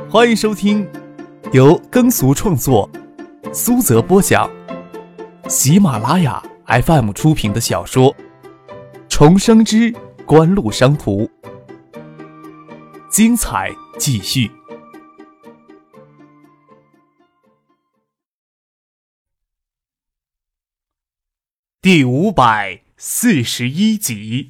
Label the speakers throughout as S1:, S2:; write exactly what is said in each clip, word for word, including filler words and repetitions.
S1: 欢迎收听由耕俗创作、苏泽播讲、喜马拉雅 F M 出品的小说《重生之官路商途》，精彩继续。第五百四十一集。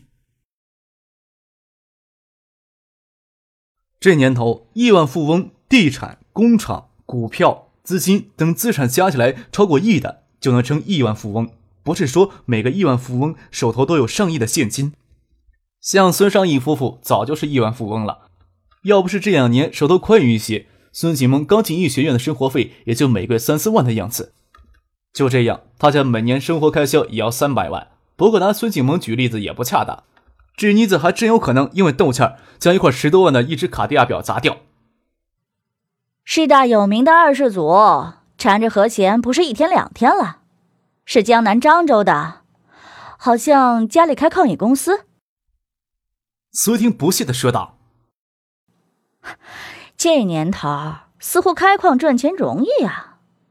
S1: 这年头，亿万富翁地产、工厂、股票、资金等资产加起来超过亿的，就能称亿万富翁。不是说每个亿万富翁手头都有上亿的现金。像孙尚义夫妇早就是亿万富翁了，要不是这两年手头宽裕一些，孙锦萌刚进医学院的生活费也就每个月三四万的样子。就这样，他家每年生活开销也要三百万。不过拿孙锦萌举例子也不恰当，这妮子还真有可能因为斗气儿将一块十多万的一只卡地亚表砸掉。
S2: 世大有名的二世祖缠着何钱不是一天两天了，是江南漳州的，好像家里开矿业公司。
S1: 苏婷不屑地说道：
S2: 这年头似乎开矿赚钱容易啊。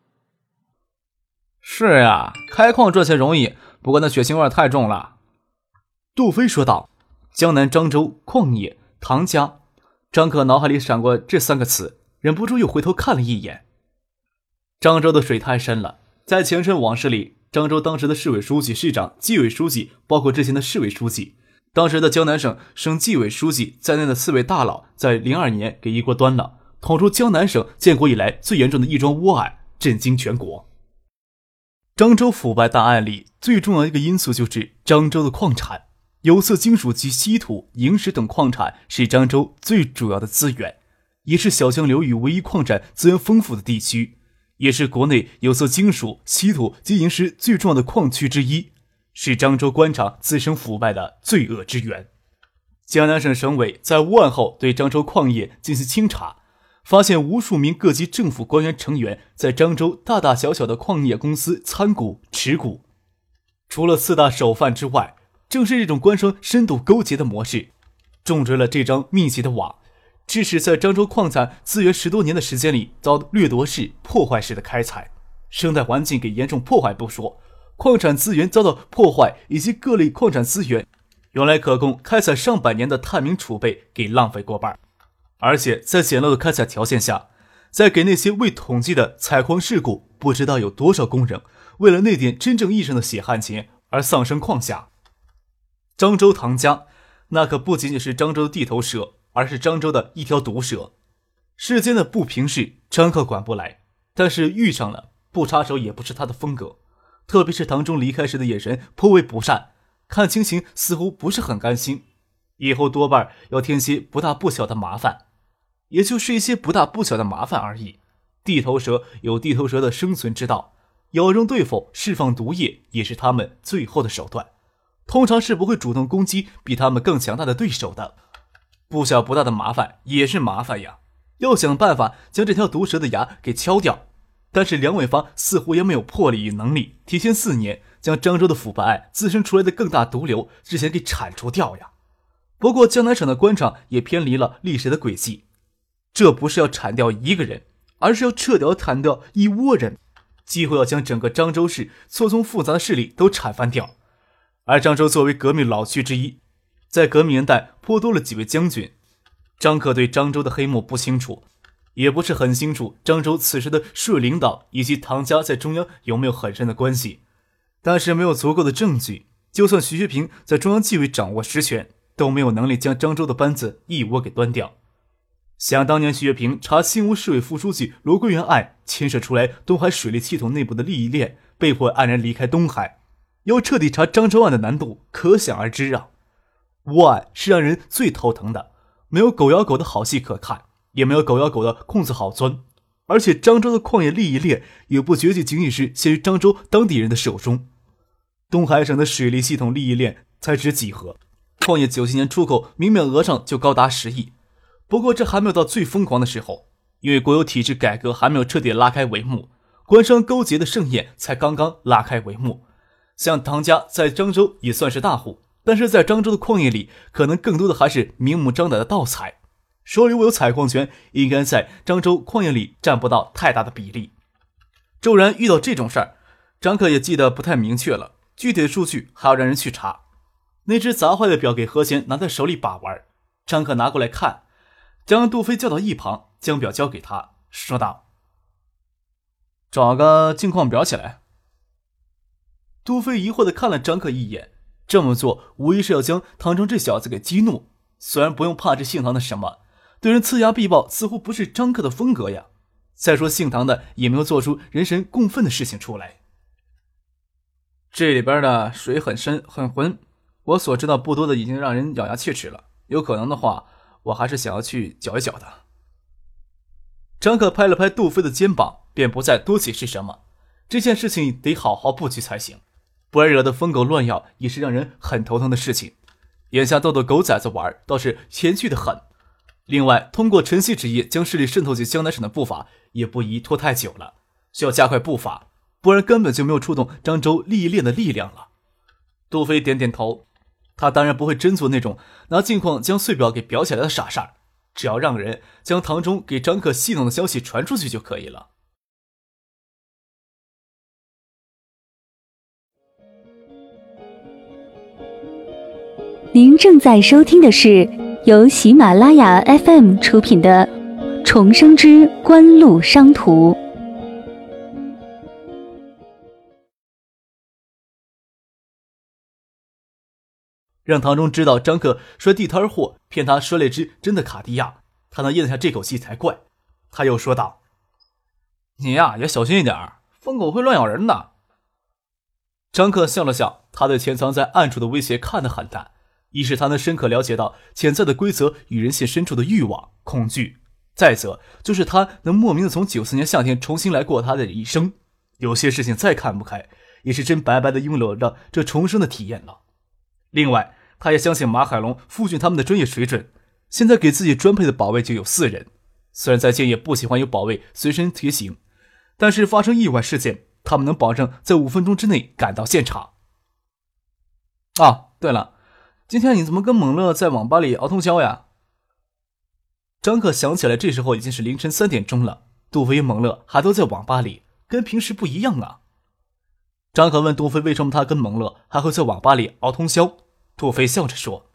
S1: 是呀，开矿赚钱容易，不过那血腥味太重了。杜飞说道。江南漳州矿业唐家，张可脑海里闪过这三个词，忍不住又回头看了一眼。漳州的水太深了，在前尘往事里，漳州当时的市委书记、市长、纪委书记，包括之前的市委书记，当时的江南省省纪委书记在内的四位大佬，在零二年给一锅端了，捅出江南省建国以来最严重的一桩窝案，震惊全国。漳州腐败大案里最重要的一个因素就是漳州的矿产。有色金属及稀土、萤石等矿产是漳州最主要的资源，也是小江流域唯一矿产资源丰富的地区，也是国内有色金属、稀土及萤石最重要的矿区之一，是漳州官场滋生腐败的罪恶之源。江南省省委在乌案后对漳州矿业进行清查，发现无数名各级政府官员成员在漳州大大小小的矿业公司参股持股。除了四大首犯之外，正是这种官商深度勾结的模式，种植了这张密集的网，致使在漳州矿产资源十多年的时间里遭掠夺式、破坏式的开采，生态环境给严重破坏不说，矿产资源遭到破坏，以及各类矿产资源原来可供开采上百年的探明储备给浪费过半，而且在简陋的开采条件下，再给那些未统计的采矿事故，不知道有多少工人为了那点真正意义上的血汗钱而丧生矿下。漳州唐家那可不仅仅是漳州的地头蛇，而是漳州的一条毒蛇。世间的不平事张克管不来，但是遇上了不插手也不是他的风格，特别是唐中离开时的眼神颇为不善，看情形似乎不是很甘心，以后多半要添些不大不小的麻烦，也就是一些不大不小的麻烦而已。地头蛇有地头蛇的生存之道，咬中对否释放毒液也是他们最后的手段，通常是不会主动攻击比他们更强大的对手的。不小不大的麻烦也是麻烦呀，要想办法将这条毒蛇的牙给敲掉。但是梁伟发似乎也没有魄力与能力提前四年将漳州的腐败案滋生出来的更大毒瘤之前给铲除掉呀。不过江南省的官场也偏离了历史的轨迹，这不是要铲掉一个人，而是要彻底铲掉一窝人，几乎要将整个漳州市错综复杂的势力都铲翻掉。而漳州作为革命老区之一，在革命年代颇多了几位将军。张可对漳州的黑幕不清楚，也不是很清楚漳州此时的市委领导以及唐家在中央有没有很深的关系，但是没有足够的证据，就算徐学平在中央纪委掌握实权，都没有能力将漳州的班子一窝给端掉。想当年徐学平查新吴市委副书记罗桂元案，牵涉出来东海水利系统内部的利益链，被迫黯然离开东海，要彻底查漳州案的难度可想而知啊。窝案是让人最头疼的，没有狗咬狗的好戏可看，也没有狗咬狗的空子好钻，而且漳州的矿业利益链也不绝对仅仅是陷于漳州当地人的手中。东海省的水利系统利益链才值几何，矿业九七年出口明面额上就高达十亿。不过这还没有到最疯狂的时候，因为国有体制改革还没有彻底拉开帷幕，官商勾结的盛宴才刚刚拉开帷幕。像唐家在漳州也算是大户，但是在漳州的矿业里，可能更多的还是明目张胆的盗采。 手里握有采矿权，应该在漳州矿业里占不到太大的比例。骤然遇到这种事儿，张克也记得不太明确了，具体的数据还要让人去查。那只砸坏的表给何贤拿在手里把玩，张克拿过来看，将杜飞叫到一旁，将表交给他，说道：找个镜框表起来。杜飞疑惑地看了张克一眼，这么做无疑是要将唐征这小子给激怒，虽然不用怕这姓唐的什么，对人呲牙必报似乎不是张克的风格呀。再说姓唐的也没有做出人神共愤的事情出来。这里边的水很深很浑，我所知道不多的已经让人咬牙切齿了，有可能的话我还是想要去搅一搅的。张克拍了拍杜飞的肩膀，便不再多解释什么，这件事情得好好布局才行，不然惹得疯狗乱咬也是让人很头疼的事情。眼下逗逗狗崽子玩倒是前去的很，另外通过晨曦之夜将势力渗透进江南省的步伐也不宜拖太久了，需要加快步伐，不然根本就没有触动漳州历练的力量了。杜飞点点头，他当然不会真做那种拿镜框将碎表给裱起来的傻事儿，只要让人将唐中给张克戏弄的消息传出去就可以了。
S3: 您正在收听的是由喜马拉雅 F M 出品的《重生之官路商途》。
S1: 让唐中知道张克摔地摊货，骗他摔了只真的卡地亚，他能咽得下这口气才怪。他又说道：你呀也小心一点，疯狗会乱咬人的。张克笑了笑，他对潜藏在暗处的威胁看得很淡，一是他能深刻了解到潜在的规则与人性深处的欲望恐惧，再则就是他能莫名的从九四年夏天重新来过他的一生，有些事情再看不开也是真白白的拥有了这重生的体验了。另外他也相信马海龙、傅俊他们的专业水准，现在给自己专配的保卫就有四人，虽然在建业不喜欢有保卫随身贴行，但是发生意外事件他们能保证在五分钟之内赶到现场。啊，对了，今天你怎么跟蒙乐在网吧里熬通宵呀？张克想起来这时候已经是凌晨三点钟了，杜飞与蒙乐还都在网吧里，跟平时不一样啊。张克问杜飞为什么他跟蒙乐还会在网吧里熬通宵，杜飞笑着说：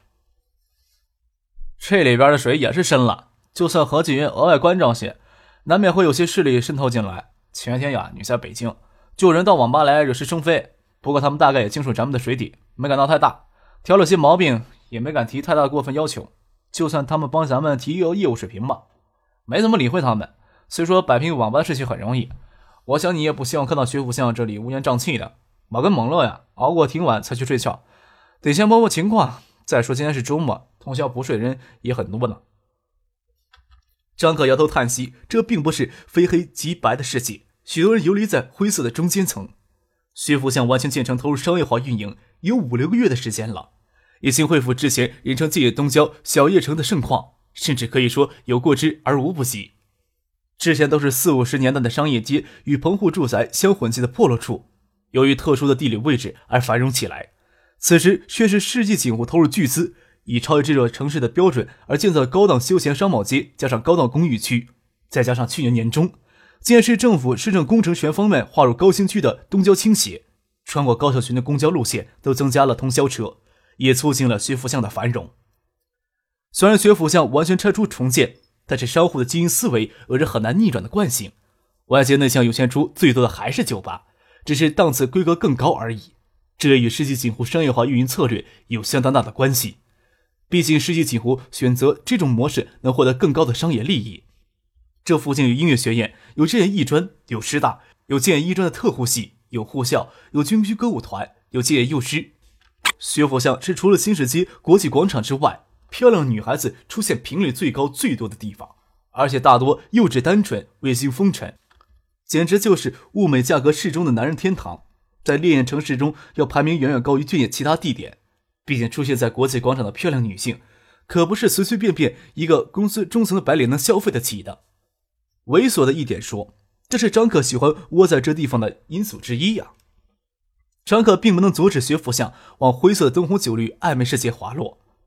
S1: 这里边的水也是深了，就算何锦云额外关照些，难免会有些势力渗透进来。前天呀，你在北京就有人到网吧来惹是生非，不过他们大概也清楚咱们的水底，没敢闹太大，挑了些毛病也没敢提太大过分要求，就算他们帮咱们提高业务水平吧，没怎么理会他们。虽说摆平网吧的事情很容易，我想你也不希望看到学府巷这里乌烟瘴气的。我跟蒙乐呀熬过挺晚才去睡觉，得先摸摸情况，再说今天是周末，通宵不睡的人也很多呢。张克摇头叹息，这并不是非黑即白的世界，许多人游离在灰色的中间层。学府巷完全建成投入商业化运营有五六个月的时间了，已经恢复之前人称建业东郊小叶城的盛况，甚至可以说有过之而无不及。之前都是四五十年代的商业街与棚户住宅相混迹的破落处，由于特殊的地理位置而繁荣起来，此时却是世纪景物投入巨资，以超越这座城市的标准而建造高档休闲商贸街，加上高档公寓区，再加上去年年中建市政府市政工程全方面划入高新区的东郊倾斜，穿过高校群的公交路线都增加了通宵车，也促进了学府巷的繁荣。虽然学府巷完全拆除重建，但是商户的经营思维有着很难逆转的惯性，外界内向涌现出最多的还是酒吧，只是档次规格更高而已。这也与世纪锦湖商业化运营策略有相当大的关系，毕竟世纪锦湖选择这种模式能获得更高的商业利益。这附近有音乐学院，有建业艺专，有师大，有建业艺专的特护系，有护校，有军区歌舞团，有建业幼师。学府巷是除了新市街、国际广场之外，漂亮女孩子出现频率最高最多的地方，而且大多幼稚单纯、卫星风尘，简直就是物美价格适中的男人天堂。在烈焰城市中要排名远远高于建业其他地点，毕竟出现在国际广场的漂亮女性可不是随随便便一个公司中层的白领能消费得起的。猥琐的一点说，这是张克喜欢窝在这地方的因素之一呀、啊。张克并不能阻止学府巷往灰色的灯红酒绿暧昧世界滑落，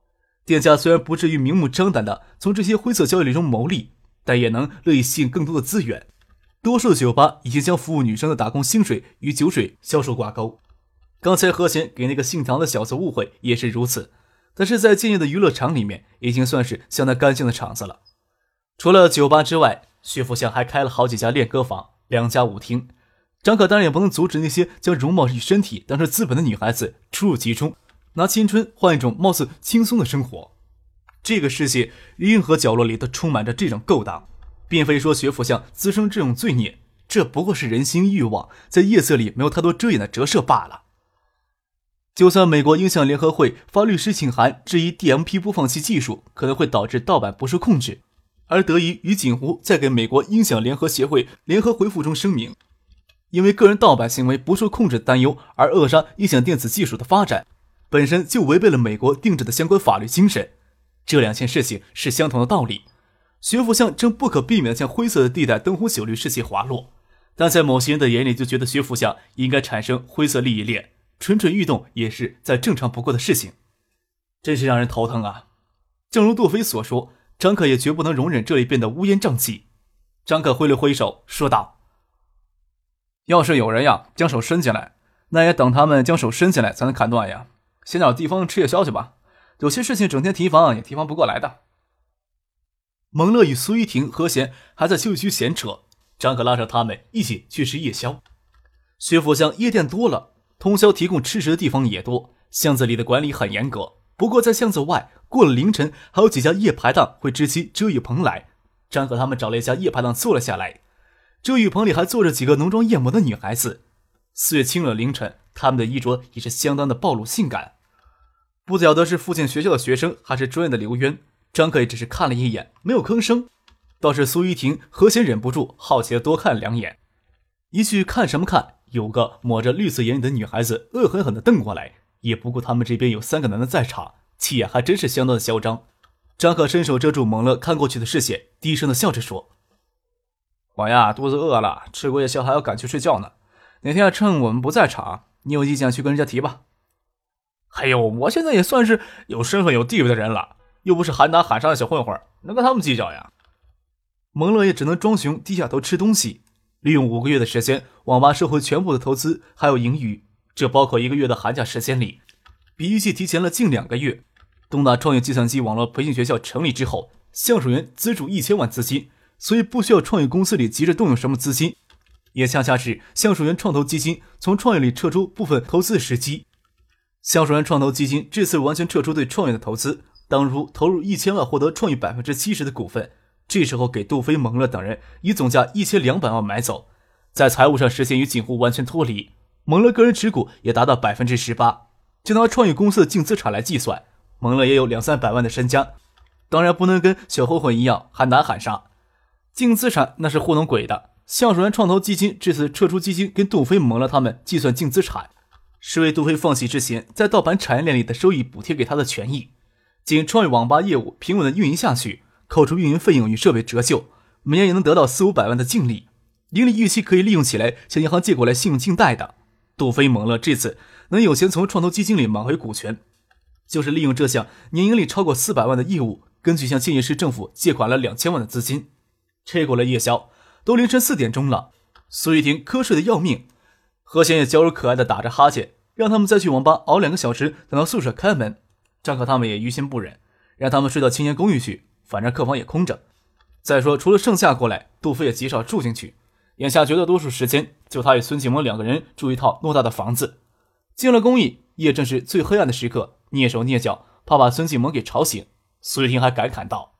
S1: 店家虽然不至于明目张胆的从这些灰色交易中牟利，但也能乐意吸引更多的资源。多数的酒吧已经将服务女生的打工薪水与酒水销售挂钩。刚才何贤给那个姓唐的小子误会也是如此，但是在建业的娱乐场里面已经算是相当干净的场子了。除了酒吧之外，薛福祥还开了好几家练歌房，两家舞厅。张可当然也不能阻止那些将容貌与身体当成资本的女孩子出入其中，拿青春换一种貌似轻松的生活。这个世界任何角落里都充满着这种勾当，并非说薛福祥滋生这种罪孽，这不过是人心欲望在夜色里没有太多遮掩的折射罢了。就算美国音像联合会发律师请函质疑 D M P 播放器技术可能会导致盗版不受控制，而德仪与锦湖在给美国音响联合协会联合回复中声明，因为个人盗版行为不受控制的担忧而扼杀音响电子技术的发展，本身就违背了美国定制的相关法律精神。这两件事情是相同的道理。薛福祥正不可避免地向灰色的地带灯红酒绿世界滑落，但在某些人的眼里就觉得薛福祥应该产生灰色利益链，蠢蠢欲动也是再正常不过的事情，真是让人头疼啊。正如杜飞所说，张可也绝不能容忍这里变得乌烟瘴气。张可挥了挥手说道，要是有人呀将手伸进来，那也等他们将手伸进来才能砍断呀。先找地方吃夜宵去吧，有些事情整天提防也提防不过来的。蒙乐与苏玉婷、何贤还在休息区闲扯，张可拉着他们一起去吃夜宵。薛福祥夜店多了，通宵提供吃食的地方也多，巷子里的管理很严格。不过在巷子外，过了凌晨还有几家夜排档会支起遮雨棚来。张可他们找了一家夜排档坐了下来，遮雨棚里还坐着几个浓妆艳抹的女孩子。四月清冷凌晨，他们的衣着也是相当的暴露性感。不晓得是附近学校的学生还是专业的留渊，张可也只是看了一眼，没有吭声。倒是苏玉婷、何贤忍不住好奇的多看两眼。一句看什么看，有个抹着绿色眼影的女孩子恶狠狠地瞪过来，也不顾他们这边有三个男的在场，气焰还真是相当的嚣张。张可伸手遮住蒙了看过去的视线，低声的笑着说，我呀肚子饿了，吃过夜宵还要赶去睡觉呢，哪天趁我们不在场，你有意见去跟人家提吧。哎呦，我现在也算是有身份有地位的人了，又不是喊打喊杀的小混混，能跟他们计较呀。蒙乐也只能装熊低下头吃东西。利用五个月的时间，网吧收回全部的投资还有盈余，这包括一个月的寒假时间里，比预计提前了近两个月。东大创业计算机网络培训学校成立之后，橡树园资助一千万资金，所以不需要创业公司里急着动用什么资金，也恰恰是橡树园创投基金从创业里撤出部分投资的时机。橡树园创投基金这次完全撤出对创业的投资，当初投入一千万获得创业百分之七十的股份，这时候给杜飞、蒙乐等人以总价一千两百万买走，在财务上实现与锦湖完全脱离。蒙乐个人持股也达到百分之十八，就拿创业公司的净资产来计算，蒙乐也有两三百万的身家，当然不能跟小混混一样喊打喊杀，净资产那是糊弄鬼的。橡树园创投基金这次撤出基金跟杜飞、蒙乐他们计算净资产，是为杜飞放弃之前在盗版产业链里的收益补贴给他的权益。仅创业网吧业务平稳的运营下去，扣除运营费用与设备折旧，每年也能得到四五百万的净利，盈利预期可以利用起来向银行借过来信用信贷的。杜飞、蒙乐这次能有钱从创投基金里买回股权，就是利用这项年盈利超过四百万的业务，根据向建业市政府借款了两千万的资金。吃过了夜宵，都凌晨四点钟了，苏玉婷瞌睡的要命，何贤也娇柔可爱的打着哈欠，让他们再去网吧熬两个小时，等到宿舍开门。张可他们也于心不忍，让他们睡到青年公寓去，反正客房也空着。再说除了盛夏过来，杜飞也极少住进去，眼下绝大多数时间就他与孙继萌两个人住一套偌大的房子。进了公寓，夜正是最黑暗的时刻，蹑手蹑脚，怕把孙继萌给吵醒。苏玉婷还感慨道，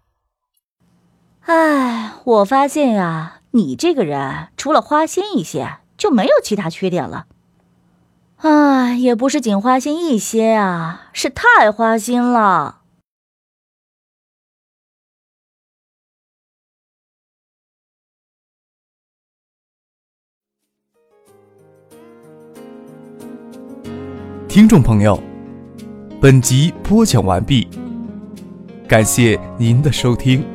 S2: 唉，我发现呀，你这个人除了花心一些就没有其他缺点了。唉，也不是仅花心一些啊，是太花心了。
S4: 听众朋友，本集播讲完毕，感谢您的收听。